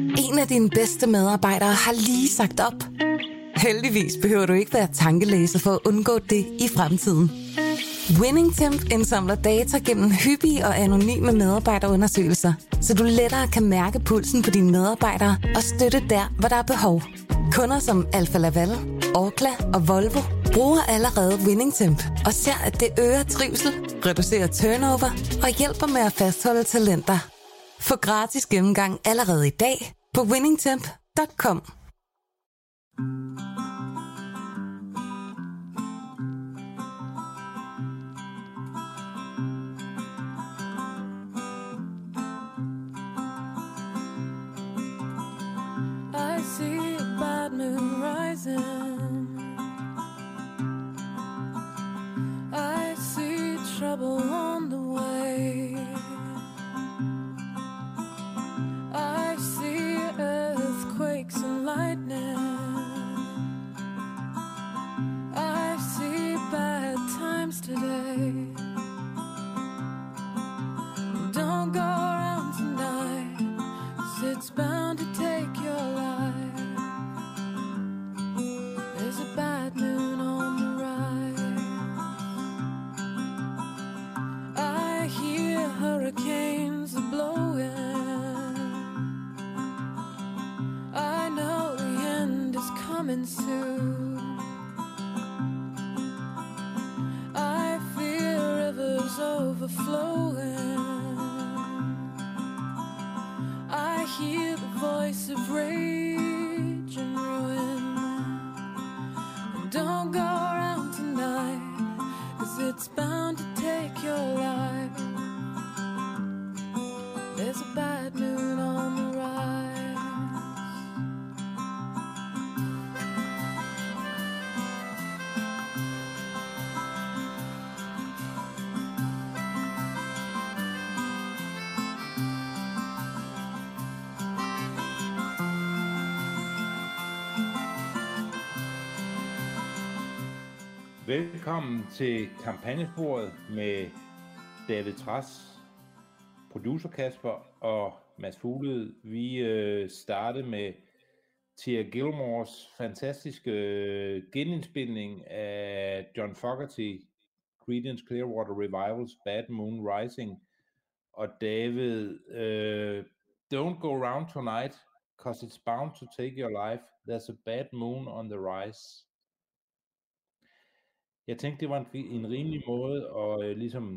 En af dine bedste medarbejdere har lige sagt op. Heldigvis behøver du ikke være tankelæser for at undgå det i fremtiden. WinningTemp indsamler data gennem hyppige og anonyme medarbejderundersøgelser, så du lettere kan mærke pulsen på dine medarbejdere og støtte der, hvor der er behov. Kunder som Alfa Laval, Orkla og Volvo bruger allerede WinningTemp og ser, at det øger trivsel, reducerer turnover og hjælper med at fastholde talenter. Få gratis gennemgang allerede i dag på winningtemp.com. I see a bad moon rising. I see trouble on the way. I see earthquakes and lightning. I see bad times today. Don't go around tonight, 'cause it's bound to take your life. There's a bad moon on the rise. I hear hurricanes are blowing. I know the end is coming soon. I feel rivers overflowing. I hear the voice of rage and ruin. And don't go around tonight, 'cause it's bound to take your life. There's a bad moon on the rise. Velkommen til kampagnesporet med David Trads, producer Kasper og Mads Fuglede. Vi startede med Tia Gilmores fantastiske genindspilning af John Fogerty, Creedence Clearwater Revivals Bad Moon Rising. Og David, don't go around tonight, 'cause it's bound to take your life. There's a bad moon on the rise. Jeg tænkte, det var en rimelig måde at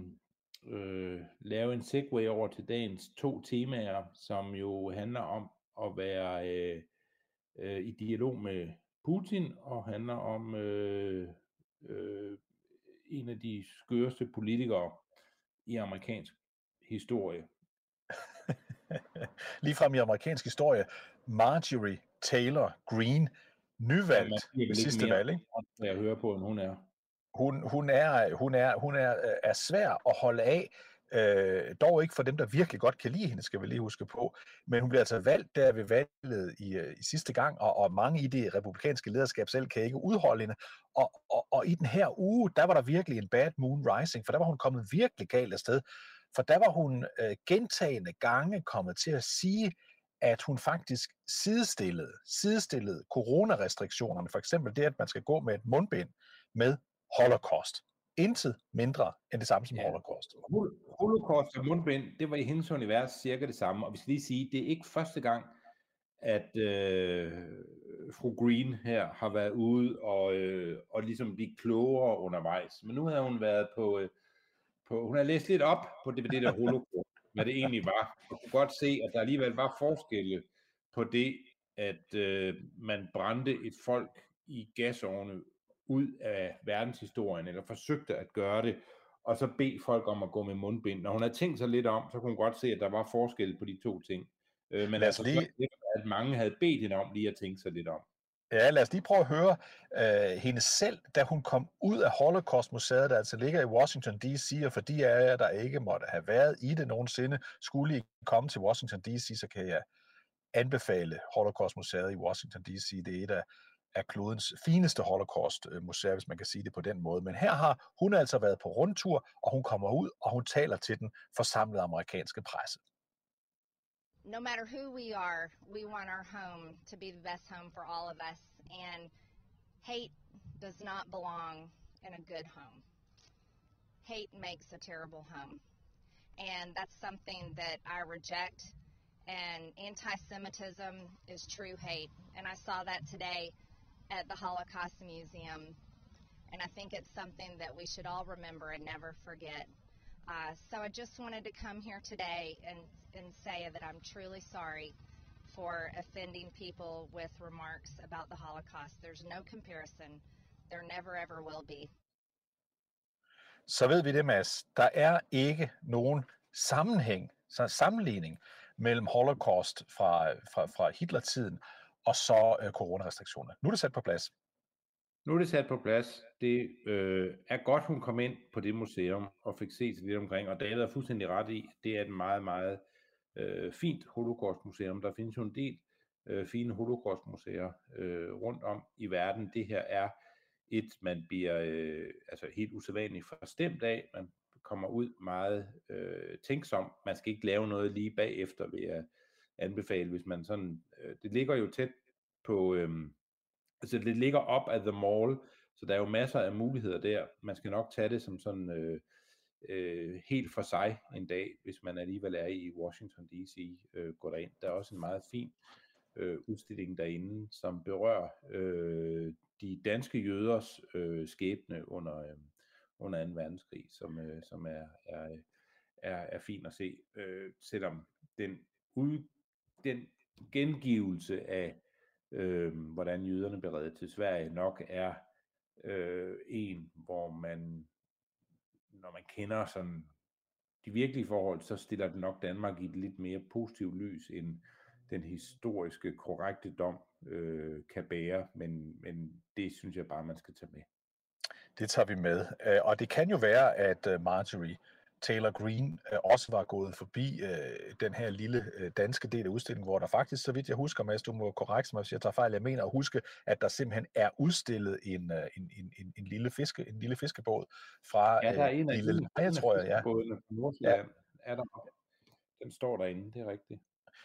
lave en segue over til dagens to temaer, som jo handler om at være i dialog med Putin, og handler om en af de skøreste politikere i amerikansk historie. Ligefrem i amerikansk historie, Marjorie Taylor Greene, nyvalgt ved sidste valg, ikke? Jeg hører på, end hun er. Hun er svær at holde af, dog ikke for dem, der virkelig godt kan lide hende, skal vi lige huske på. Men hun bliver altså valgt der ved valget i sidste gang, og mange i det republikanske lederskab selv kan ikke udholde hende. Og i den her uge, der var der virkelig en bad moon rising, for der var hun kommet virkelig galt afsted. For der var hun gentagende gange kommet til at sige, at hun faktisk sidestillede coronarestriktionerne, for eksempel det, at man skal gå med et mundbind, med Holocaust. Intet mindre end det samme som Holocaust. Holocaust og mundbind, det var i hendes univers cirka det samme. Og vi skal lige sige, det er ikke første gang, at fru Greene her har været ude og ligesom blive klogere undervejs. Men nu havde hun været på hun har læst lidt op på det der Holocaust, hvad det egentlig var. Og kunne godt se, at der alligevel var forskelle på det, at man brændte et folk i gasovne ud af verdenshistorien, eller forsøgte at gøre det, og så bede folk om at gå med mundbind. Når hun havde tænkt sig lidt om, så kunne hun godt se, at der var forskel på de to ting. Men altså lige, at mange havde bedt hende om lige at tænke sig lidt om. Ja, lad os lige prøve at høre hende selv, da hun kom ud af Holocaust-museet, der altså ligger i Washington D.C., og for de af jer, der ikke måtte have været i det nogensinde, skulle I komme til Washington D.C., så kan jeg anbefale Holocaust-museet i Washington D.C. Det er et af klodens fineste Holocaust-museer, hvis man kan sige det på den måde. Men her har hun altså været på rundtur, og hun kommer ud, og hun taler til den forsamlede amerikanske presse. no matter who we are, we want our home to be the best home for all of us. And hate does not belong in a good home. Hate makes a terrible home. And that's something that I reject. And anti-Semitism is true hate. And I saw that today at the Holocaust Museum. And I think it's something that we should all remember and never forget. So I just wanted to come here today and say that I'm truly sorry for offending people with remarks about the Holocaust. There's no comparison. There never ever will be. Så ved vi det, Mads. Der er ikke nogen sammenligning mellem Holocaust fra Hitler-tiden og så coronarestriktioner. Nu er det sat på plads. Nu er det sat på plads. Det er godt, hun kom ind på det museum og fik set lidt omkring, og David er fuldstændig ret i, det er et meget, meget fint holocaustmuseum. Der findes jo en del fine holocaustmuseer rundt om i verden. Det her er man bliver helt usædvanligt forstemt af. Man kommer ud meget tænksom. Man skal ikke lave noget lige bagefter, vil jeg anbefale, hvis man sådan... det ligger jo tæt på... det ligger op ad The Mall, så der er jo masser af muligheder der. Man skal nok tage det som sådan helt for sig en dag, hvis man alligevel er i Washington D.C. Går derind. Der er også en meget fin udstilling derinde, som berører de danske jøders skæbne under 2. verdenskrig, som er fin at se, selvom den gengivelse af hvordan jøderne blev reddet til Sverige nok er en, hvor man, når man kender sådan de virkelige forhold, så stiller den nok Danmark i et lidt mere positivt lys, end den historiske korrekte dom kan bære, men det synes jeg bare, man skal tage med. Det tager vi med, og det kan jo være, at Marjorie Taylor Greene også var gået forbi den her lille danske del af udstillingen, hvor der faktisk, så vidt jeg husker, Mads, du må korrekt mig, hvis jeg tager fejl, jeg mener at huske, at der simpelthen er udstillet en lille fiskebåd fra der er en af Lille Leje, tror jeg. Fiskebådene fra Nordsjælland. Ja. Den står derinde, det er rigtigt.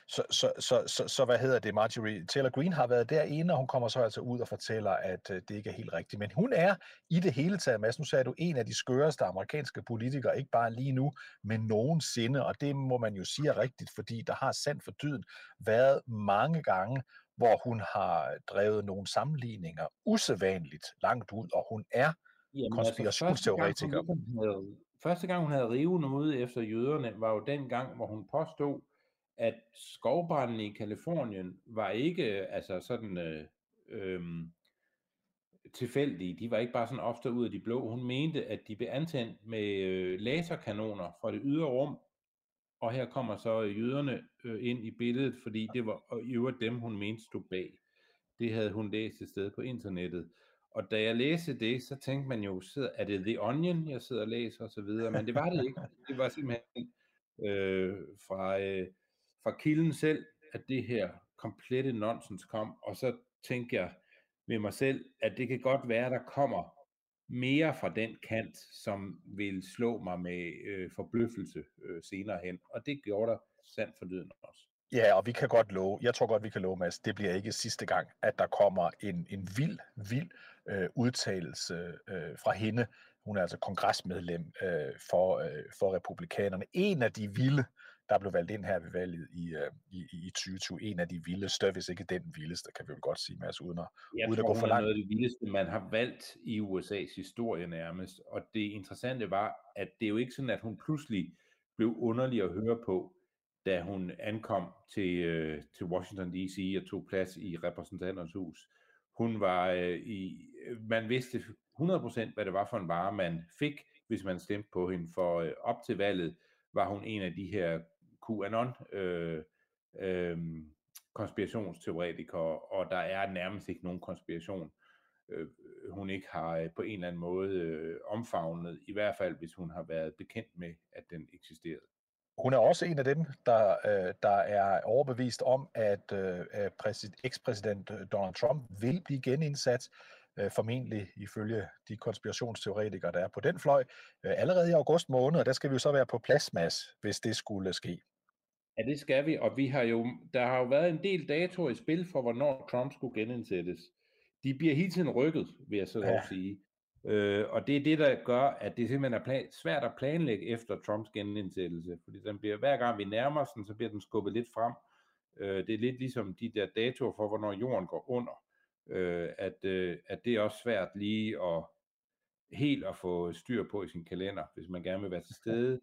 Så hvad hedder det? Marjorie Taylor Greene har været derinde, og hun kommer så altså ud og fortæller, at det ikke er helt rigtigt. Men hun er i det hele taget, Mads, nu sagde du, en af de skøreste amerikanske politikere, ikke bare lige nu, men nogensinde, og det må man jo sige er rigtigt, fordi der har sandt for dyden været mange gange, hvor hun har drevet nogle sammenligninger usædvanligt langt ud, og hun er konspirationsteoretiker. Første gang hun havde rive noget efter jøderne, var jo den gang, hvor hun påstod, at skovbrandene i Kalifornien var ikke tilfældige. De var ikke bare sådan ofte ud af de blå. Hun mente, at de blev antændt med laserkanoner fra det ydre rum, og her kommer så jøderne ind i billedet, fordi det var i øvrigt dem, hun mente stod bag. Det havde hun læst et sted på internettet. Og da jeg læste det, så tænkte man jo, er det The Onion, jeg sidder og læser osv., men det var det ikke. Det var simpelthen fra kilden selv, at det her komplette nonsens kom, og så tænkte jeg ved mig selv, at det kan godt være, at der kommer mere fra den kant, som vil slå mig med forbløffelse senere hen, og det gjorde der sandt for lyden også. Ja, og jeg tror godt, vi kan love, Mads, det bliver ikke sidste gang, at der kommer en vild udtalelse fra hende. Hun er altså kongresmedlem for republikanerne. En af de vilde, der blev valgt ind her ved valget i 2020. En af de vildeste, hvis ikke den vildeste, kan vi jo godt sige, Mads, uden at gå for langt. Noget af det vildeste, man har valgt i USA's historie nærmest. Og det interessante var, at det er jo ikke sådan, at hun pludselig blev underlig at høre på, da hun ankom til Washington D.C. og tog plads i repræsentanternes hus. Hun var man vidste 100% hvad det var for en vare, man fik, hvis man stemte på hende, for op til valget var hun en af de her QAnon konspirationsteoretikere, og der er nærmest ikke nogen konspiration, hun ikke har på en eller anden måde omfavnet, i hvert fald hvis hun har været bekendt med, at den eksisterede. Hun er også en af dem, der er overbevist om, at ekspræsident Donald Trump vil blive genindsat, formentlig ifølge de konspirationsteoretikere, der er på den fløj, allerede i august måned, og der skal vi jo så være på plads, Mads, hvis det skulle ske. Ja, det skal vi, og der har jo været en del datoer i spil for, hvornår Trump skulle genindsættes. De bliver hele tiden rykket, vil jeg så dog sige. Og det er det, der gør, at det simpelthen er svært at planlægge efter Trumps genindsættelse, fordi hver gang vi nærmer os den, så bliver den skubbet lidt frem. Det er lidt ligesom de der datoer for, hvornår jorden går under, at det er også svært lige helt at få styr på i sin kalender, hvis man gerne vil være til stede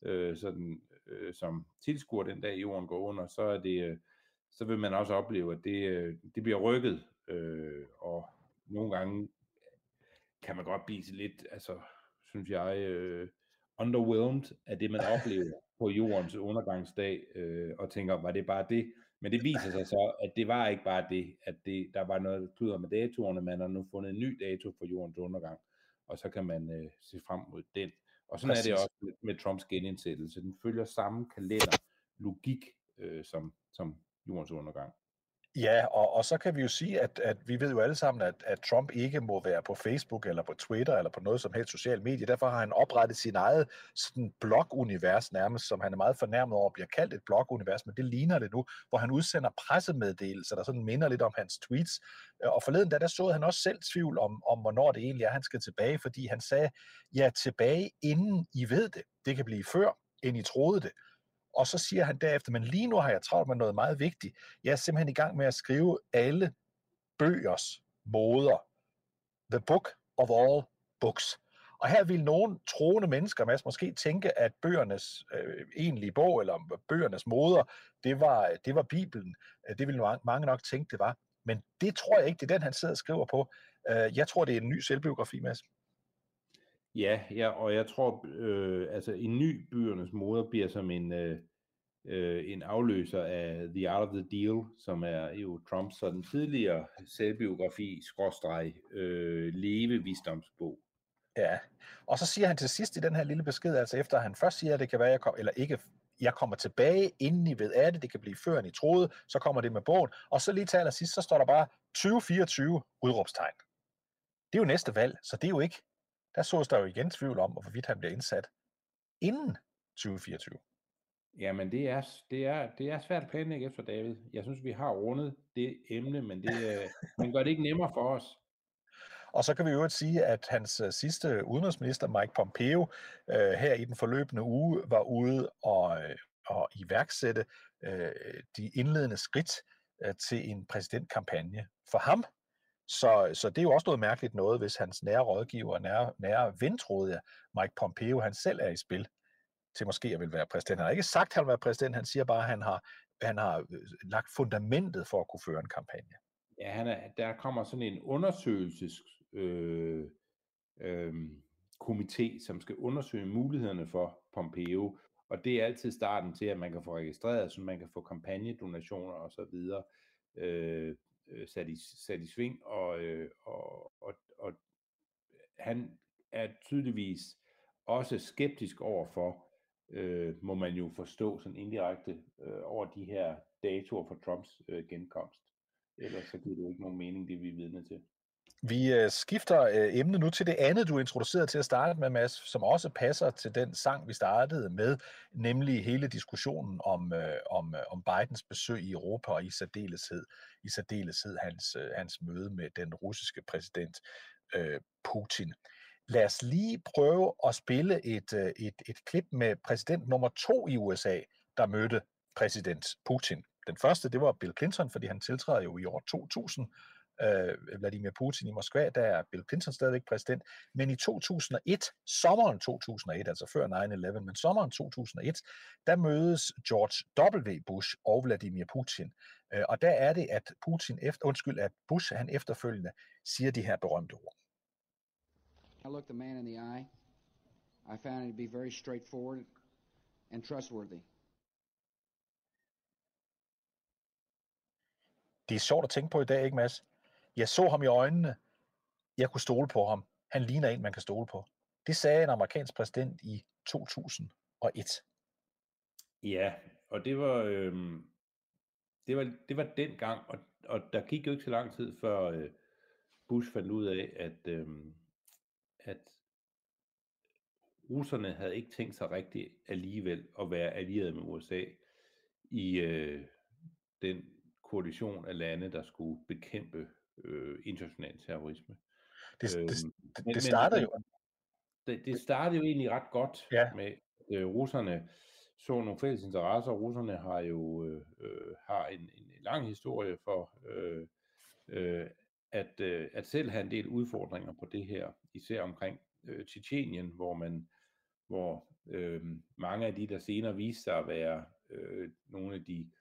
som tilskuer den dag jorden går under, så vil man også opleve, at det bliver rykket, og nogle gange kan man godt blive lidt, synes jeg, underwhelmed af det, man oplever på jordens undergangsdag, og tænker, var det bare det? Men det viser sig så, at det var ikke bare det, at der var noget kludder med datoerne, man har nu fundet en ny dato for jordens undergang, og så kan man se frem mod den. Og sådan er det også med Trumps genindsættelse. Den følger samme kalenderlogik som jordens undergang. Ja, og så kan vi jo sige, at vi ved jo alle sammen, at Trump ikke må være på Facebook eller på Twitter eller på noget som helst social medie. Derfor har han oprettet sin eget sådan blogunivers nærmest, som han er meget fornærmet over, bliver kaldt et blogunivers, men det ligner det nu, hvor han udsender pressemeddelelser, der sådan minder lidt om hans tweets. Og forleden der såede han også selv tvivl om, hvornår det egentlig er, han skal tilbage, fordi han sagde, ja, tilbage inden I ved det. Det kan blive før, end I troede det. Og så siger han derefter, men lige nu har jeg travlt med noget meget vigtigt. Jeg er simpelthen i gang med at skrive alle bøgers moder. The book of all books. Og her vil nogle troende mennesker, Mads, måske tænke, at bøgernes egentlige bog, eller bøgernes moder, det var Bibelen. Det vil mange nok tænke, det var. Men det tror jeg ikke, det er den, han sidder og skriver på. Jeg tror, det er en ny selvbiografi, Mads. Ja, og jeg tror, en ny bøgernes moder bliver som en afløser af The Art of the Deal, som er jo Trumps sådan tidligere selvbiografi, levevisdomsbog. Ja, og så siger han til sidst i den her lille besked, altså efter han først siger, at det kan være, jeg kommer tilbage, inden I ved af det, det kan blive før, end I troede, så kommer det med bogen, og så lige til allersidst, så står der bare 2024 udråbstegn. Det er jo næste valg, så det er jo ikke, der sås der jo igen tvivl om, hvorvidt han bliver indsat inden 2024. Jamen, det er svært at planlægge efter, David. Jeg synes, vi har rundet det emne, men man gør det ikke nemmere for os. Og så kan vi jo sige, at hans sidste udenrigsminister, Mike Pompeo, her i den forløbende uge, var ude og iværksætte de indledende skridt til en præsidentkampagne for ham. Så det er jo også noget mærkeligt noget, hvis hans nære rådgiver og nære ven, troede jeg, Mike Pompeo, han selv er i spil til måske at vil være præsident. Han har ikke sagt, at han vil være præsident, han siger bare, at han har lagt fundamentet for at kunne føre en kampagne. Ja, der kommer sådan en komité, som skal undersøge mulighederne for Pompeo, og det er altid starten til, at man kan få registreret, så man kan få kampagnedonationer og så videre sat i sving, og han er tydeligvis også skeptisk overfor, må man jo forstå sådan indirekte, over de her datoer for Trumps genkomst. Ellers så giver det jo ikke nogen mening, det vi er vidne til. Vi skifter emne nu til det andet, du introducerede til at starte med, Mads, som også passer til den sang, vi startede med, nemlig hele diskussionen om Bidens besøg i Europa, og i særdeleshed hans møde med den russiske præsident Putin. Lad os lige prøve at spille et klip med præsident nummer 2 i USA, der mødte præsident Putin. Den første, det var Bill Clinton, fordi han tiltræder jo i år 2000, Vladimir Putin i Moskva, der er Bill Clinton stadigvæk præsident, men i 2001, sommeren 2001, altså før 9/11, men sommeren 2001, der mødes George W. Bush og Vladimir Putin, og der er det, at Bush han efterfølgende siger de her berømte ord. I looked the man in the eye. I found him to be very straightforward and trustworthy. Det er sjovt at tænke på i dag, ikke, Mads? Jeg så ham i øjnene. Jeg kunne stole på ham. Han ligner en, man kan stole på. Det sagde en amerikansk præsident i 2001. Ja, og det var dengang, og der gik jo ikke så lang tid før Bush fandt ud af, at russerne havde ikke tænkt sig rigtigt alligevel at være allieret med USA i den koalition af lande, der skulle bekæmpe international terrorisme. Det startede jo. Det startede jo egentlig ret godt med, at russerne så nogle fælles interesser. Russerne har jo har en lang historie for at selv have en del udfordringer på det her, især omkring Tjetjenien, hvor mange af de, der senere viste sig at være nogle af de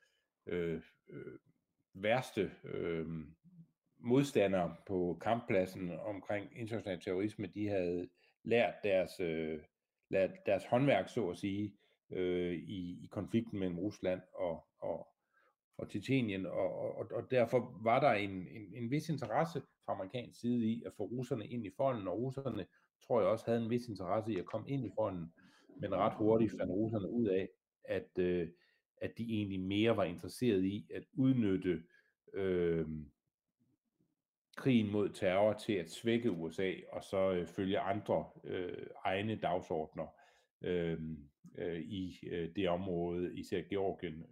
værste modstandere på kamppladsen omkring international terrorisme, de havde lært deres håndværk, så at sige, i konflikten mellem Rusland og Tjetjenien, og derfor var der en vis interesse fra amerikansk side i at få russerne ind i folden, og russerne, tror jeg, også havde en vis interesse i at komme ind i folden, men ret hurtigt fandt russerne ud af, at de egentlig mere var interesseret i at udnytte krigen mod terror til at svække USA, og så følge andre egne dagsordner i det område, især Georgien,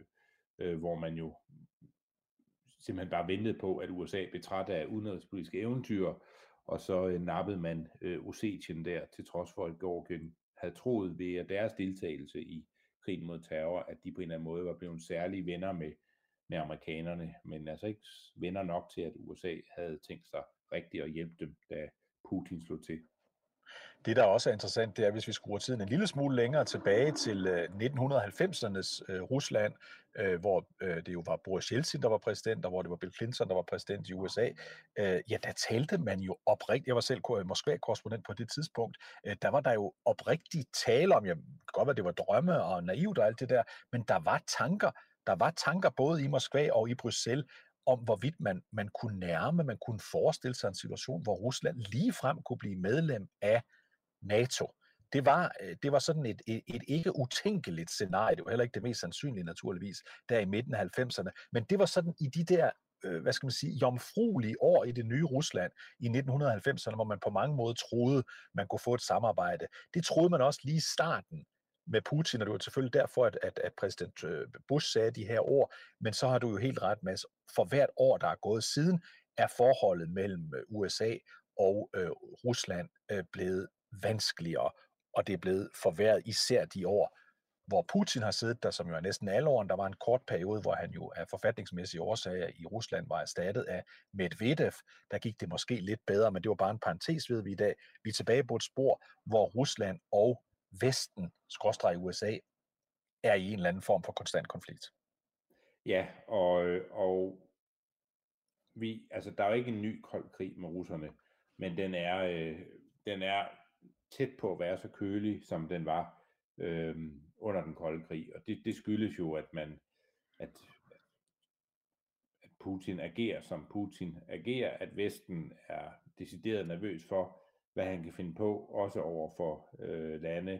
hvor man jo simpelthen bare ventede på, at USA blev træt af udenrigspolitiske eventyr, og så nappede man Ossetien der, til trods for, at Georgien havde troet ved deres deltagelse i krigen mod terror, at de på en eller anden måde var blevet særlige venner med amerikanerne, men altså ikke venner nok til, at USA havde tænkt sig rigtigt at hjælpe dem, da Putin slog til. Det, der også er interessant, det er, hvis vi skruer tiden en lille smule længere tilbage til 1990'ernes Rusland, hvor det jo var Boris Jeltsin, der var præsident, og hvor det var Bill Clinton, der var præsident i USA. Der talte man jo oprigtigt. Jeg var selv Moskva-korrespondent på det tidspunkt. Der var der jo oprigtigt tale om, jeg kan godt være, det var drømme og naivt og alt det der, men der var tanker. Der var tanker både i Moskva og i Bruxelles om, hvorvidt man kunne forestille sig en situation, hvor Rusland ligefrem kunne blive medlem af NATO. Det var sådan et ikke utænkeligt scenarie. Det var heller ikke det mest sandsynlige, naturligvis, der i midten af 90'erne. Men det var sådan i de der, jomfruelige år i det nye Rusland i 1990'erne, hvor man på mange måder troede, man kunne få et samarbejde. Det troede man også lige i starten med Putin, og det var selvfølgelig derfor, at præsident Bush sagde de her ord, men så har du jo helt ret, Mads. For hvert år, der er gået siden, er forholdet mellem USA og Rusland blevet vanskeligere, og det er blevet forværret især de år, hvor Putin har siddet der, som jo er næsten alle årene. Der var en kort periode, hvor han jo af forfatningsmæssige årsager i Rusland var erstattet af Medvedev. Der gik det måske lidt bedre, men det var bare en parentes, ved vi i dag. Vi er tilbage på et spor, hvor Rusland og Vesten, /USA, er i en eller anden form for konstant konflikt. Ja, og der er jo ikke en ny kold krig med russerne, men den er tæt på at være så kølig, som den var under den kolde krig, og det skyldes jo, at Putin agerer, som Putin agerer, at Vesten er decideret nervøs for, hvad han kan finde på, også over for lande,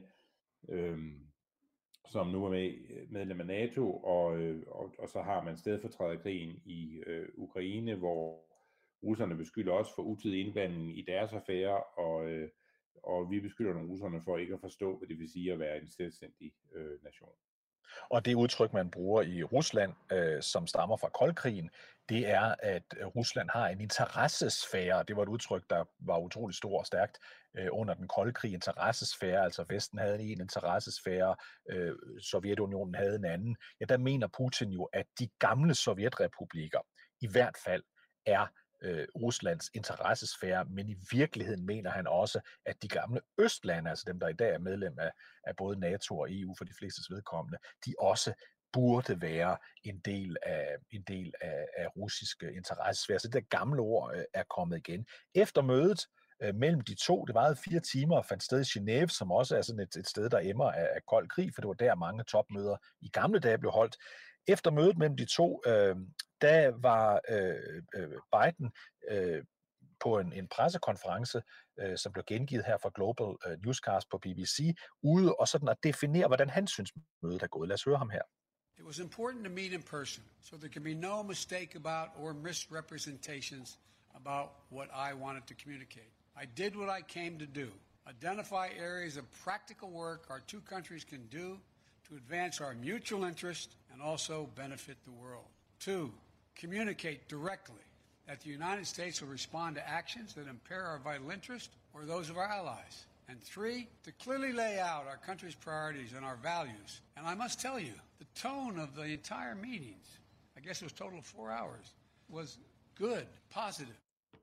som nu er medlem af NATO, og så har man stedfortræderkrigen i Ukraine, hvor russerne beskylder os for utidig indblanding i deres affære, og vi beskylder nogle russerne for ikke at forstå, hvad det vil sige at være en selvstændig nation. Og det udtryk, man bruger i Rusland, som stammer fra koldkrigen, det er, at Rusland har en interessesfære. Det var et udtryk, der var utrolig stort og stærkt under den kolde krig. Interessesfære, altså Vesten havde en interessesfære, Sovjetunionen havde en anden. Ja, der mener Putin jo, at de gamle sovjetrepublikker i hvert fald er Ruslands interessesfære, men i virkeligheden mener han også, at de gamle østlande, altså dem, der i dag er medlem af både NATO og EU for de flestes vedkommende, de også burde være en del af russiske interessesfære. Så det gamle ord er kommet igen. Efter mødet mellem de to, det varede 4 timer og fandt sted i Genève, som også er sådan et sted, der emmer af kold krig, for det var der mange topmøder i gamle dage blev holdt. Efter mødet mellem de to, der var Biden på en pressekonference, som blev gengivet her fra Global Newscast på BBC, ude og sådan at definere, hvordan han synes mødet er gået. Lad os høre ham her. It was important to meet in person, so there can be no mistake about or misrepresentations about what I wanted to communicate. I did what I came to do. Identify areas of practical work our two countries can do to advance our mutual interest and also benefit the world. 2, communicate directly that the United States will respond to actions that impair our vital interest or those of our allies. And 3, to clearly lay out our country's priorities and our values. And I must tell you, the tone of the entire meetings, I guess it was total of 4 hours, was good, positive.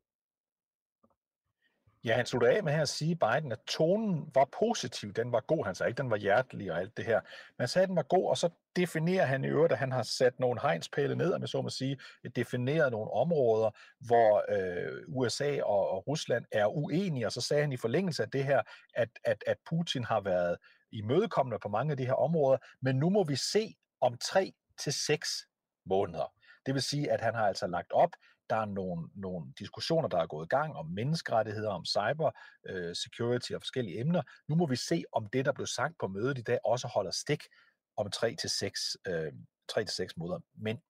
Ja, han slutter af med her at sige, Biden, at tonen var positiv, den var god. Han sagde ikke, den var hjertelig og alt det her. Men han sagde, at den var god, og så definerer han i øvrigt, at han har sat nogle hegnspæle ned, om jeg så må sige, defineret nogle områder, hvor USA og Rusland er uenige, og så sagde han i forlængelse af det her, at Putin har været imødekommende på mange af de her områder, men nu må vi se om 3 til 6 måneder. Det vil sige, at han har altså lagt op. Der er nogle diskussioner, der er gået i gang om menneskerettigheder, om cyber security og forskellige emner. Nu må vi se, om det, der blev sagt på mødet i dag, også holder stik om 3 til 6 måneder.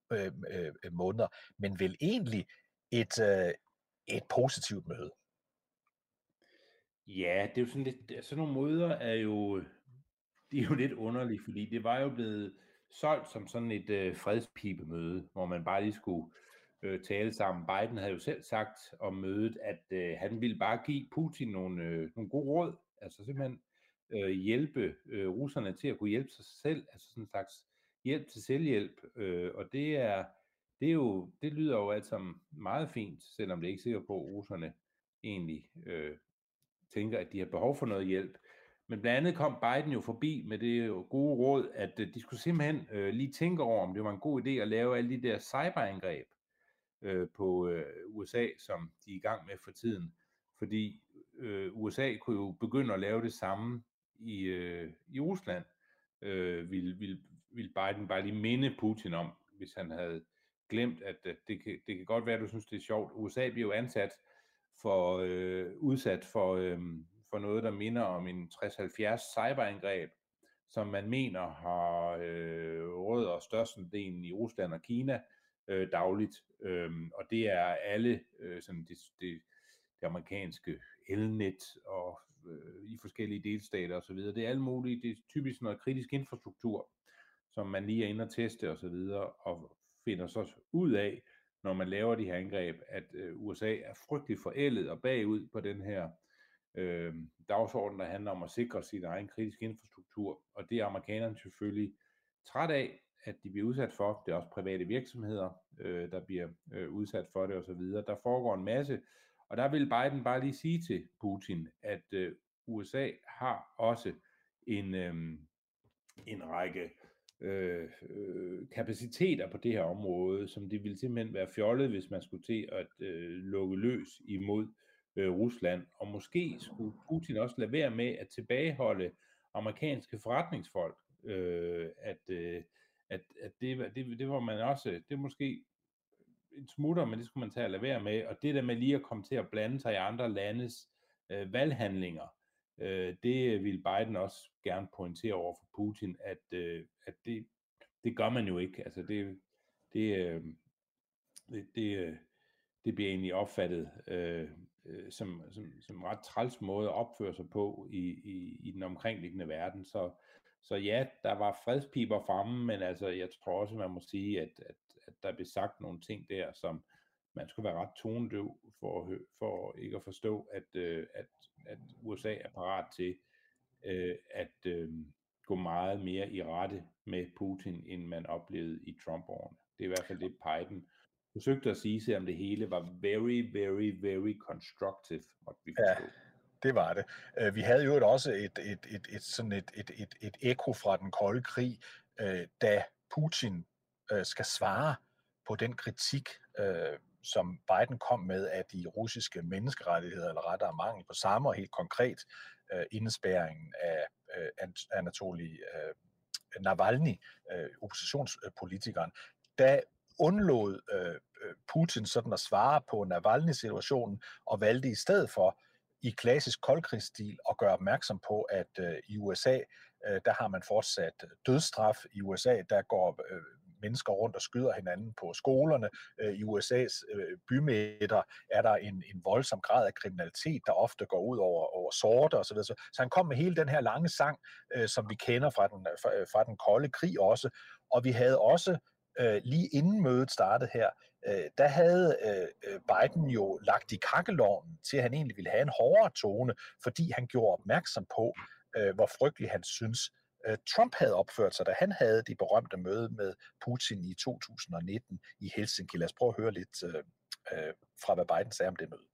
Men vel egentlig et positivt møde. Ja, det er jo sådan lidt, sådan nogle møder er jo, de er jo lidt underlige, fordi det var jo blevet solgt som sådan et fredspibemøde, hvor man bare lige skulle tale sammen. Biden havde jo selv sagt om mødet, at han ville bare give Putin nogle gode råd, altså simpelthen hjælpe russerne til at kunne hjælpe sig selv, altså sådan en slags hjælp til selvhjælp, og det lyder jo alt sammen meget fint, selvom det ikke er sikkert på, at russerne egentlig tænker, at de har behov for noget hjælp. Men blandt andet kom Biden jo forbi med det gode råd, at de skulle simpelthen lige tænke over, om det var en god idé at lave alle de der cyberangreb på USA, som de er i gang med for tiden. Fordi USA kunne jo begynde at lave det samme i Rusland. Vil Biden bare lige minde Putin om, hvis han havde glemt, at det kan godt være, at du synes, det er sjovt. USA bliver jo udsat for noget, der minder om en 60-70 cyberangreb, som man mener har rødder størstedelen i Rusland og Kina dagligt. Og det er alle sådan det amerikanske elnet og i forskellige delstater og så videre. Det er alle mulige, det er typisk noget kritisk infrastruktur, som man lige er inde og teste og så videre, og finder så ud af, når man laver de her angreb, at USA er frygtelig forældet og bagud på den her dagsorden, der handler om at sikre sin egen kritiske infrastruktur, og det er amerikanerne selvfølgelig træt af, at de bliver udsat for. Det er også private virksomheder, der bliver udsat for det og så videre. Der foregår en masse, og der vil Biden bare lige sige til Putin, at USA har også en række kapaciteter på det her område, som det ville simpelthen være fjollet, hvis man skulle til at lukke løs imod Rusland, og måske skulle Putin også lade være med at tilbageholde amerikanske forretningsfolk, at det var man også, det er måske en smutter, men det skulle man tage at lade være med, og det der med lige at komme til at blande sig i andre landes valghandlinger, det vil Biden også gerne pointere over for Putin, at det gør man jo ikke, altså det bliver egentlig opfattet som en ret træls måde at opføre sig på i den omkringliggende verden. Så ja, der var fredspiber fremme, men altså, jeg tror også, man må sige, at der blev sagt nogle ting der, som man skulle være ret tonedøv for ikke at forstå, at USA er parat til at gå meget mere i rette med Putin, end man oplevede i Trump-årene. Det er i hvert fald det, Biden forsøgte at sige, selvom det hele var very, very, very constructive, måtte vi forstå. Ja, det var det. Vi havde jo også et ekko fra den kolde krig, da Putin skal svare på den kritik, som Biden kom med af de russiske menneskerettigheder, eller rettere mangel på samme, og helt konkret indespærringen af Anatoly Navalny, oppositionspolitikeren. Da undlod Putin sådan at svare på Navalny-situationen, og valgte i stedet for i klassisk koldkrigsstil at gøre opmærksom på, at i USA, der har man fortsat dødsstraf. I USA, der går mennesker rundt og skyder hinanden på skolerne. I USA's bymidter er der en voldsom grad af kriminalitet, der ofte går ud over sorte osv. Så han kom med hele den her lange sang, som vi kender fra den kolde krig også. Og vi havde også, lige inden mødet startede her, der havde Biden jo lagt i kakkelovnen til, at han egentlig ville have en hårdere tone, fordi han gjorde opmærksom på, hvor frygtelig han synes, Trump havde opført sig, da han havde det berømte møde med Putin i 2019 i Helsinki. Lad os prøve at høre lidt fra, hvad Biden sagde om det møde.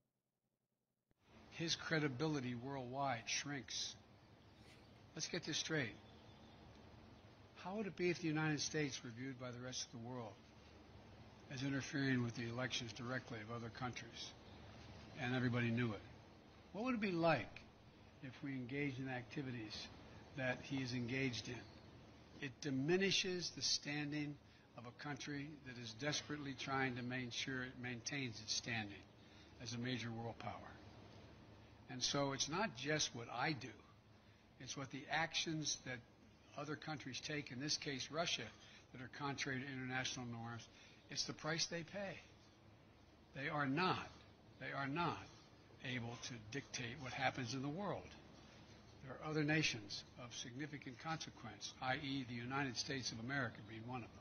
His credibility worldwide shrinks. Let's get this straight. How would it be if the United States were viewed by the rest of the world as interfering with the elections directly of other countries, and everybody knew it? What would it be like if we engaged in activities that he is engaged in? It diminishes the standing of a country that is desperately trying to make sure it maintains its standing as a major world power. And so it's not just what I do, it's what the actions that other countries take, in this case Russia, that are contrary to international norms. It's the price they pay. They are not able to dictate what happens in the world. There are other nations of significant consequence, i.e. the United States of America being one of them.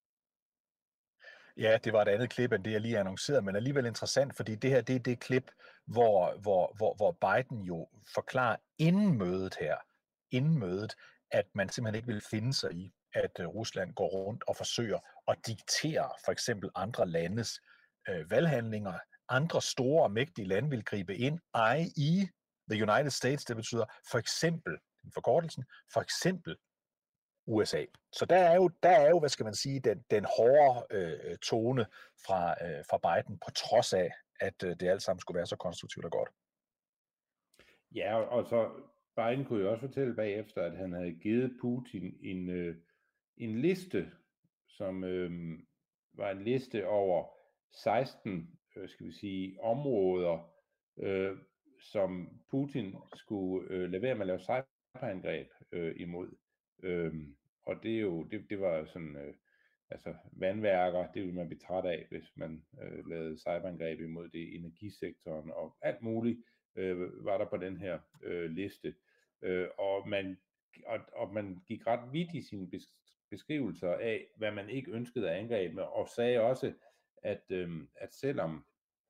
Ja, det var et andet klip end det, jeg lige annoncerede, men alligevel interessant, fordi det her, det er det klip, hvor Biden jo forklarer inden mødet, at man simpelthen ikke vil finde sig i, at Rusland går rundt og forsøger at diktere for eksempel andre landes valghandlinger. Andre store og mægtige lande vil gribe ind, i the United States, det betyder for eksempel, for eksempel USA. Så der er jo, hvad skal man sige, den hårde tone fra Biden, på trods af, at det alt sammen skulle være så konstruktivt og godt. Ja, og så Biden kunne jo også fortælle bagefter, at han havde givet Putin en liste, som var en liste over 16, skal vi sige, områder, som Putin skulle lade være med at lave cyberangreb imod. Og det er jo, det var sådan, altså vandværker, det ville man blive træt af, hvis man lavede cyberangreb imod det, energisektoren og alt muligt var der på den her liste. Og man gik ret vidt i sine beskrivelser af, hvad man ikke ønskede at angribe, og sagde også, at selvom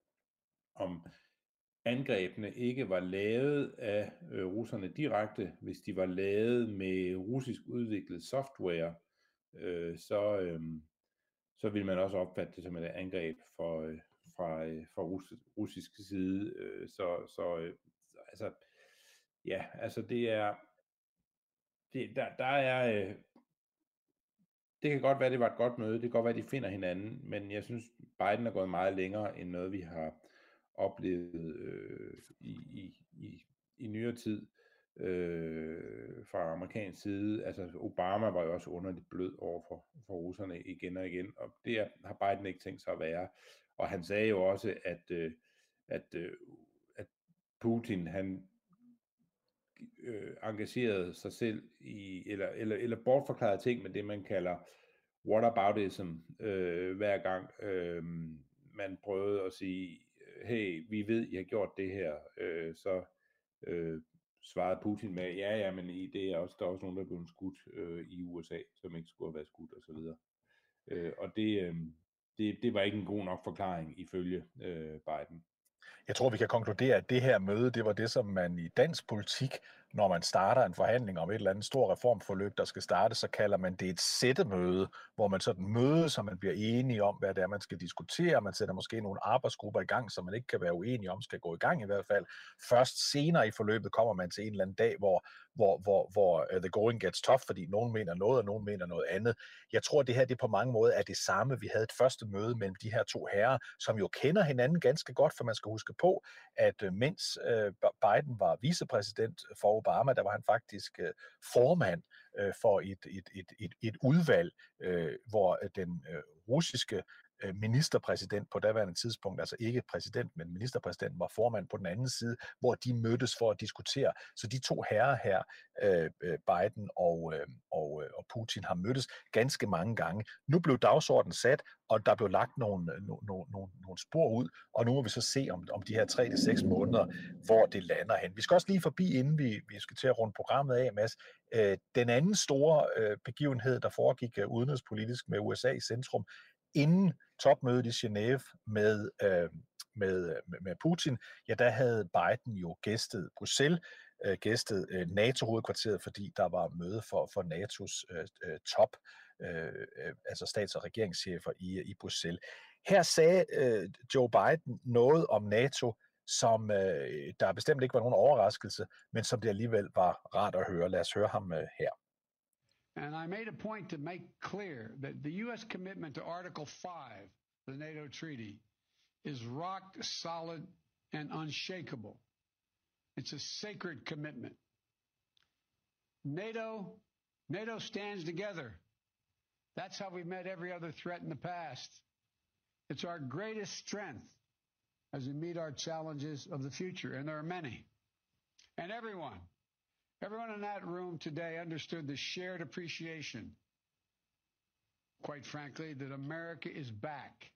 angrebene ikke var lavet af russerne direkte, hvis de var lavet med russisk udviklet software, så ville man også opfatte det som et angreb fra russisk side. Altså, ja, altså det er, det kan godt være, det var et godt møde, det kan godt være, de finder hinanden, men jeg synes, Biden er gået meget længere end noget, vi har oplevet i nyere tid fra amerikansk side. Altså Obama var jo også underligt blød over for russerne igen og igen, og det har Biden ikke tænkt sig at være. Og han sagde jo også, at Putin, han engagerede sig selv i, eller bortforklarede ting med det, man kalder whataboutism, hver gang man prøvede at sige, hey, vi ved, I har gjort det her, så svarede Putin med, ja, men det er også, der er også nogen, der er blevet skudt i USA, som ikke skulle have været skudt, og så videre. Og det var ikke en god nok forklaring ifølge Biden. Jeg tror, vi kan konkludere, at det her møde, det var det, som man i dansk politik, når man starter en forhandling om et eller andet stort reformforløb, der skal starte, så kalder man det et sættemøde, hvor man sådan mødes, så man bliver enige om, hvad det er, man skal diskutere. Man sætter måske nogle arbejdsgrupper i gang, som man ikke kan være uenige om, skal gå i gang i hvert fald. Først senere i forløbet kommer man til en eller anden dag, hvor the going gets tough, fordi nogen mener noget, og nogen mener noget andet. Jeg tror, det her det på mange måder er det samme. Vi havde et første møde mellem de her to herrer, som jo kender hinanden ganske godt, for man skal huske på, at mens Biden var vicepræsident for Obama, der var han faktisk formand for et udvalg, hvor den russiske ministerpræsident på daværende tidspunkt, altså ikke præsident, men ministerpræsidenten var formand på den anden side, hvor de mødtes for at diskutere. Så de to herrer her, Biden og Putin, har mødtes ganske mange gange. Nu blev dagsordenen sat, og der blev lagt nogle spor ud, og nu må vi så se om de her 3 til 6 måneder, hvor det lander hen. Vi skal også lige forbi, inden vi skal til at runde programmet af, Mads. Den anden store begivenhed, der foregik udenrigspolitisk med USA i centrum, inden topmødet i Genève med Putin, ja, der havde Biden jo gæstet Bruxelles, gæstet NATO-hovedkvarteret, fordi der var møde for NATO's top, altså stats- og regeringschefer i Bruxelles. Her sagde Joe Biden noget om NATO, som der bestemt ikke var nogen overraskelse, men som det alligevel var rart at høre. Lad os høre ham her. And I made a point to make clear that the U.S. commitment to Article 5 of the NATO treaty is rock solid and unshakable. It's a sacred commitment. NATO stands together. That's how we've met every other threat in the past. It's our greatest strength as we meet our challenges of the future, and there are many. And everyone in that room today understood the shared appreciation, quite frankly, that America is back.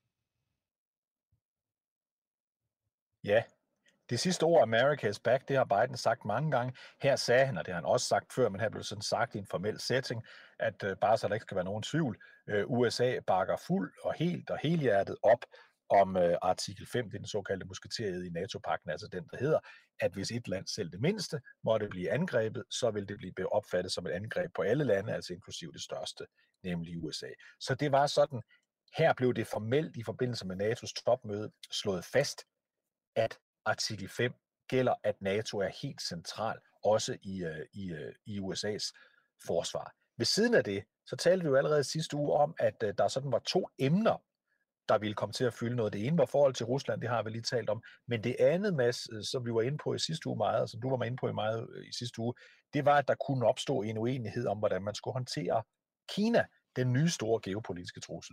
Ja, det sidste ord, America is back, det har Biden sagt mange gange. Her sagde han, og det har han også sagt før, men her blev sådan sagt i en formel setting, at bare så der ikke skal være nogen tvivl, USA bakker fuld og helt og helhjertet op om artikel 5, det er den såkaldte musketeriet i NATO-pagten, altså den, der hedder, at hvis et land, selv det mindste, måtte blive angrebet, så vil det blive opfattet som et angreb på alle lande, altså inklusive det største, nemlig USA. Så det var sådan, her blev det formelt i forbindelse med NATO's topmøde slået fast, at artikel 5 gælder, at NATO er helt central, også i USA's forsvar. Ved siden af det, så talte vi jo allerede sidste uge om, at der sådan var 2 emner, der ville komme til at fylde noget. Det ene var forhold til Rusland, det har vi lige talt om, men det andet, Mads, som vi var inde på i sidste uge meget, og som du var inde på meget i sidste uge, det var, at der kunne opstå en uenighed om, hvordan man skulle håndtere Kina, den nye store geopolitiske trussel.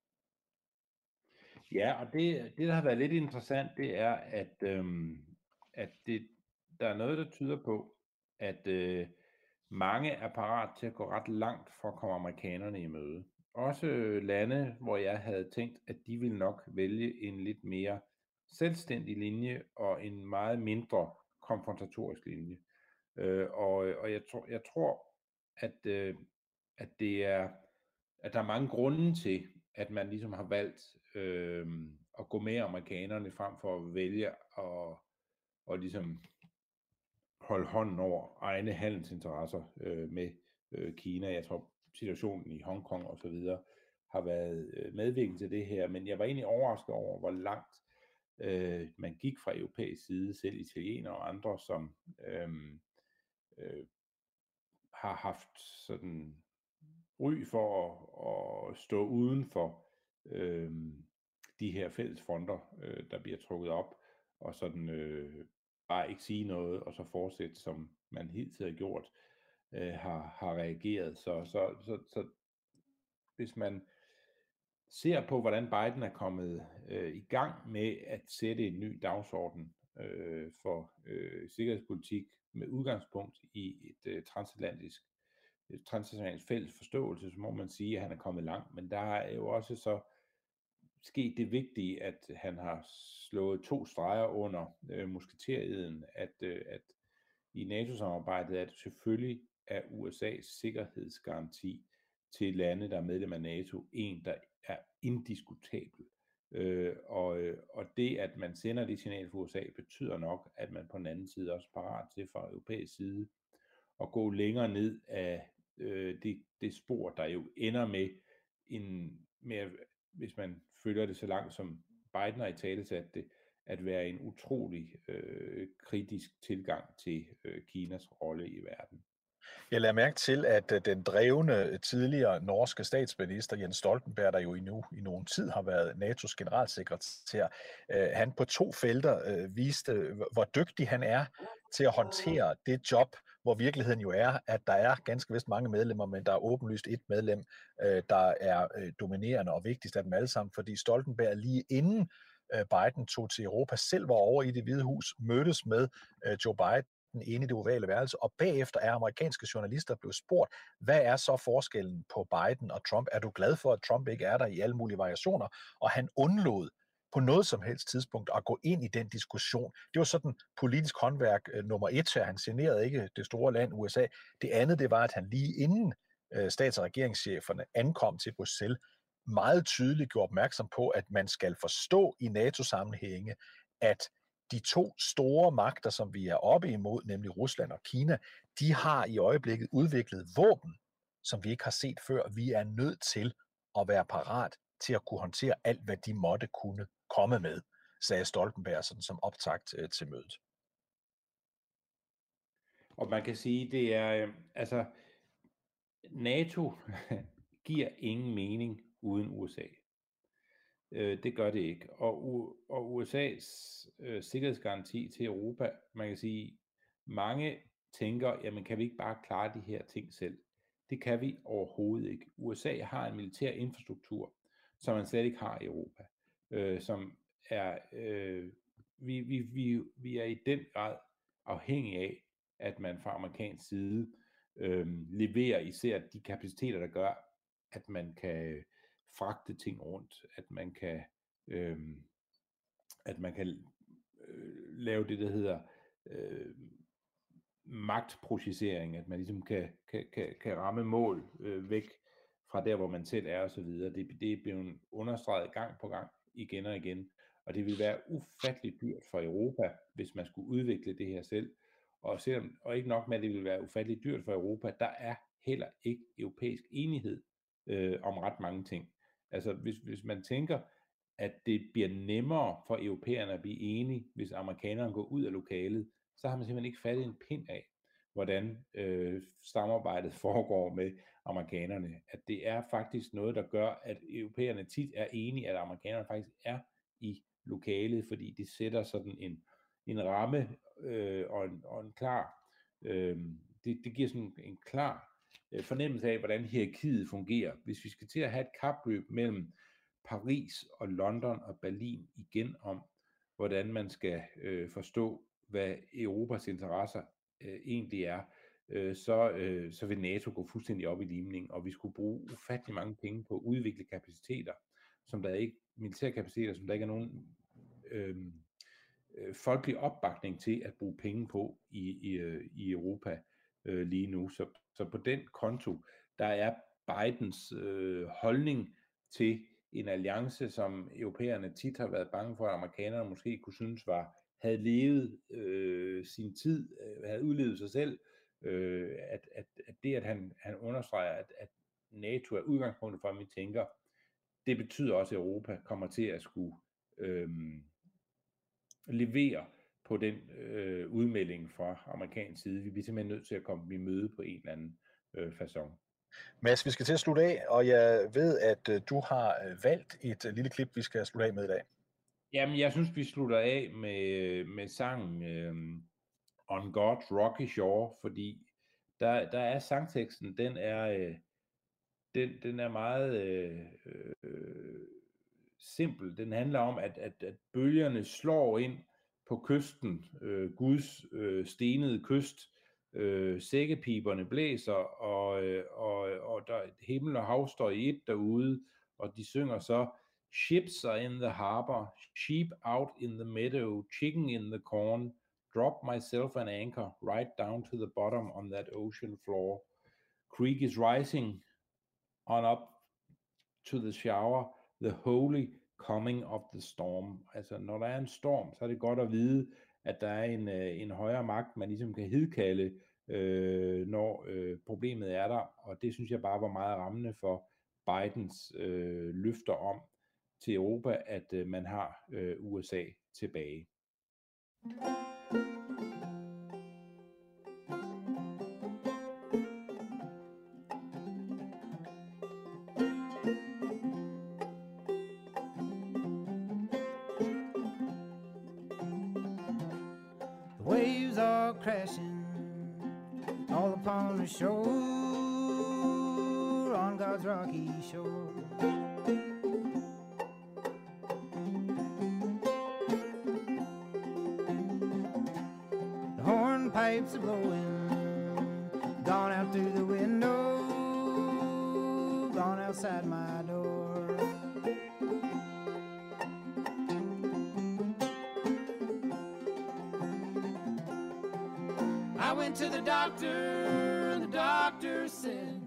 Ja, og det der har været lidt interessant, det er, at der er noget, der tyder på, at mange er parat til at gå ret langt for at komme amerikanerne i møde. Også lande, hvor jeg havde tænkt, at de ville nok vælge en lidt mere selvstændig linje og en meget mindre konfrontatorisk linje. Og jeg tror, at der er mange grunde til, at man ligesom har valgt at gå med amerikanerne frem for at vælge at ligesom holde hånden over egne handelsinteresser med Kina. Jeg tror, situationen i Hongkong og så videre har været medvirkende til det her, men jeg var egentlig overrasket over, hvor langt man gik fra europæisk side, selv italienere og andre, som har haft sådan ry for at stå uden for de her fælles fronter, der bliver trukket op, og sådan bare ikke sige noget, og så fortsætte, som man hidtil har gjort, har reageret. Så hvis man ser på, hvordan Biden er kommet i gang med at sætte en ny dagsorden for sikkerhedspolitik med udgangspunkt i et transatlantisk fælles forståelse, så må man sige, at han er kommet langt. Men der er jo også så sket det vigtige, at han har slået 2 streger under musketereden, at i NATO-samarbejdet er det selvfølgelig af USA's sikkerhedsgaranti til lande, der er medlem af NATO, en, der er indiskutabel. Og det, at man sender det signal fra USA, betyder nok, at man på den anden side også er parat til fra europæisk side at gå længere ned af det spor, der jo ender med, hvis man følger det så langt, som Biden har italesat det, at være en utrolig kritisk tilgang til Kinas rolle i verden. Jeg lader mærke til, at den drevne tidligere norske statsminister Jens Stoltenberg, der jo i nogen tid har været NATO's generalsekretær, han på 2 felter viste, hvor dygtig han er til at håndtere det job, hvor virkeligheden jo er, at der er ganske vist mange medlemmer, men der er åbenlyst et medlem, der er dominerende og vigtigst af dem alle sammen, fordi Stoltenberg lige inden Biden tog til Europa, selv var over i Det Hvide Hus, mødtes med Joe Biden inde i Det Ovale Værelse, og bagefter er amerikanske journalister blevet spurgt, hvad er så forskellen på Biden og Trump? Er du glad for, at Trump ikke er der i alle mulige variationer? Og han undlod på noget som helst tidspunkt at gå ind i den diskussion. Det var sådan politisk håndværk nummer 1 her. Han generede ikke det store land USA. Det andet, det var, at han lige inden stats- og regeringscheferne ankom til Bruxelles, meget tydeligt gjorde opmærksom på, at man skal forstå i NATO-sammenhænge, at de to store magter, som vi er oppe imod, nemlig Rusland og Kina, de har i øjeblikket udviklet våben, som vi ikke har set før. Vi er nødt til at være parat til at kunne håndtere alt, hvad de måtte kunne komme med, sagde Stoltenberg sådan som optakt til mødet. Og man kan sige, det er, altså, NATO giver ingen mening uden USA. Det gør det ikke. Og USA's sikkerhedsgaranti til Europa, man kan sige, mange tænker, jamen kan vi ikke bare klare de her ting selv? Det kan vi overhovedet ikke. USA har en militær infrastruktur, som man slet ikke har i Europa, som er, vi er i den grad afhængige af, at man fra amerikansk side leverer især de kapaciteter, der gør, at man kan fragte ting rundt, at man kan lave det, der hedder magtprocessering, at man ligesom kan ramme mål væk fra der, hvor man selv er og så videre. Det er blevet understreget gang på gang, igen og igen, og det vil være ufatteligt dyrt for Europa, hvis man skulle udvikle det her selv, og ikke nok med, at det vil være ufatteligt dyrt for Europa, der er heller ikke europæisk enighed om ret mange ting. Altså hvis man tænker, at det bliver nemmere for europæerne at blive enige, hvis amerikanerne går ud af lokalet, så har man simpelthen ikke fattet en pind af, hvordan samarbejdet foregår med amerikanerne. At det er faktisk noget, der gør, at europæerne tit er enige, at amerikanerne faktisk er i lokalet, fordi det sætter sådan en ramme og en klar, det giver sådan en klar fornemmelse af, hvordan hierarkiet fungerer. Hvis vi skal til at have et kapløb mellem Paris og London og Berlin igen om, hvordan man skal forstå, hvad Europas interesser egentlig er, så vil NATO gå fuldstændig op i limningen, og vi skulle bruge ufattelig mange penge på at udvikle kapaciteter, militære kapaciteter, som der ikke er nogen folkelig opbakning til at bruge penge på i Europa lige nu. Så på den konto, der er Bidens holdning til en alliance, som europæerne tit har været bange for, at amerikanerne måske kunne synes havde levet sin tid, havde udlevet sig selv, at det, at han understreger, at NATO er udgangspunktet for, at vi tænker, det betyder også, at Europa kommer til at skulle levere på den udmelding fra amerikansk side. Vi bliver simpelthen nødt til at komme i møde på en eller anden facon. Mads, vi skal til at slutte af, og jeg ved, at du har valgt et lille klip, vi skal slutte af med i dag. Jamen, jeg synes, vi slutter af med sangen On God's Rocky Shore, fordi der er sangteksten, den er meget simpel. Den handler om, at bølgerne slår ind på kysten, Guds stenede kyst, sækkepiberne blæser, og der himmel og hav står i et derude, og de synger så, ships are in the harbor, sheep out in the meadow, chicken in the corn, drop myself an anchor right down to the bottom on that ocean floor. Creek is rising on up to the shower, the holy coming of the storm. Altså når der er en storm, så er det godt at vide, at der er en højere magt, man ligesom kan hidkalde, når problemet er der, og det synes jeg bare var meget rammende for Bidens løfter om til Europa, at man har USA tilbage. The waves are crashing all upon the shore, on God's rocky shore. The hornpipes are blowing, gone out through the window, gone outside my door. I went to the doctor, and the doctor said,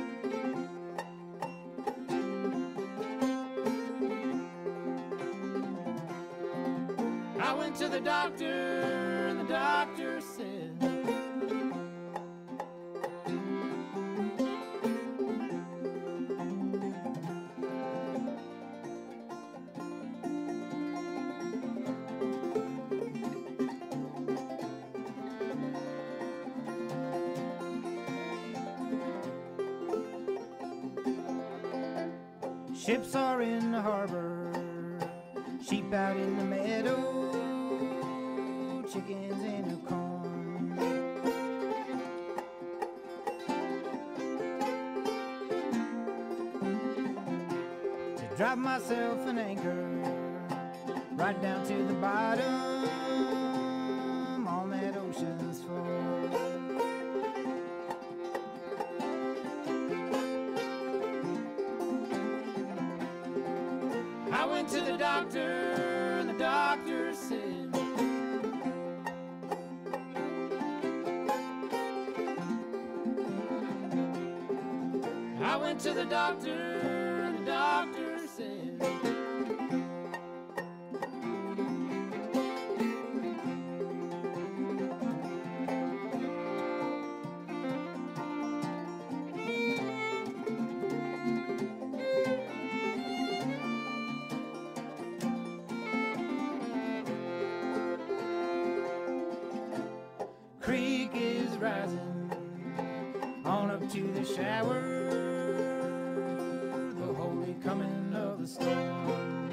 I went to the doctor, and the doctor said, ships are in the harbor, sheep out in the meadow, chickens in the corn. To drop myself an anchor right down to the bottom on that ocean's floor. I went to the doctor, and the doctor said, I went to the doctor, and the doctor said, creek is rising on up to the shower, the holy coming of the storm.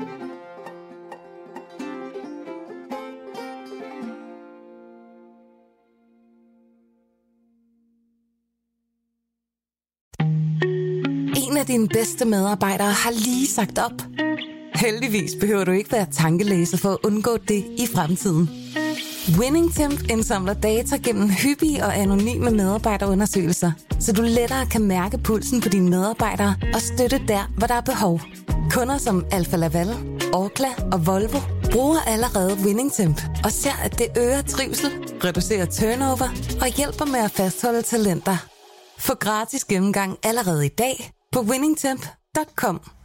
En af dine bedste medarbejdere har lige sagt op. Heldigvis behøver du ikke være tankelæser for at undgå det i fremtiden. WinningTemp indsamler data gennem hyppige og anonyme medarbejderundersøgelser, så du lettere kan mærke pulsen på dine medarbejdere og støtte der, hvor der er behov. Kunder som Alfa Laval, Orkla og Volvo bruger allerede WinningTemp og ser, at det øger trivsel, reducerer turnover og hjælper med at fastholde talenter. Få gratis gennemgang allerede i dag på winningtemp.com.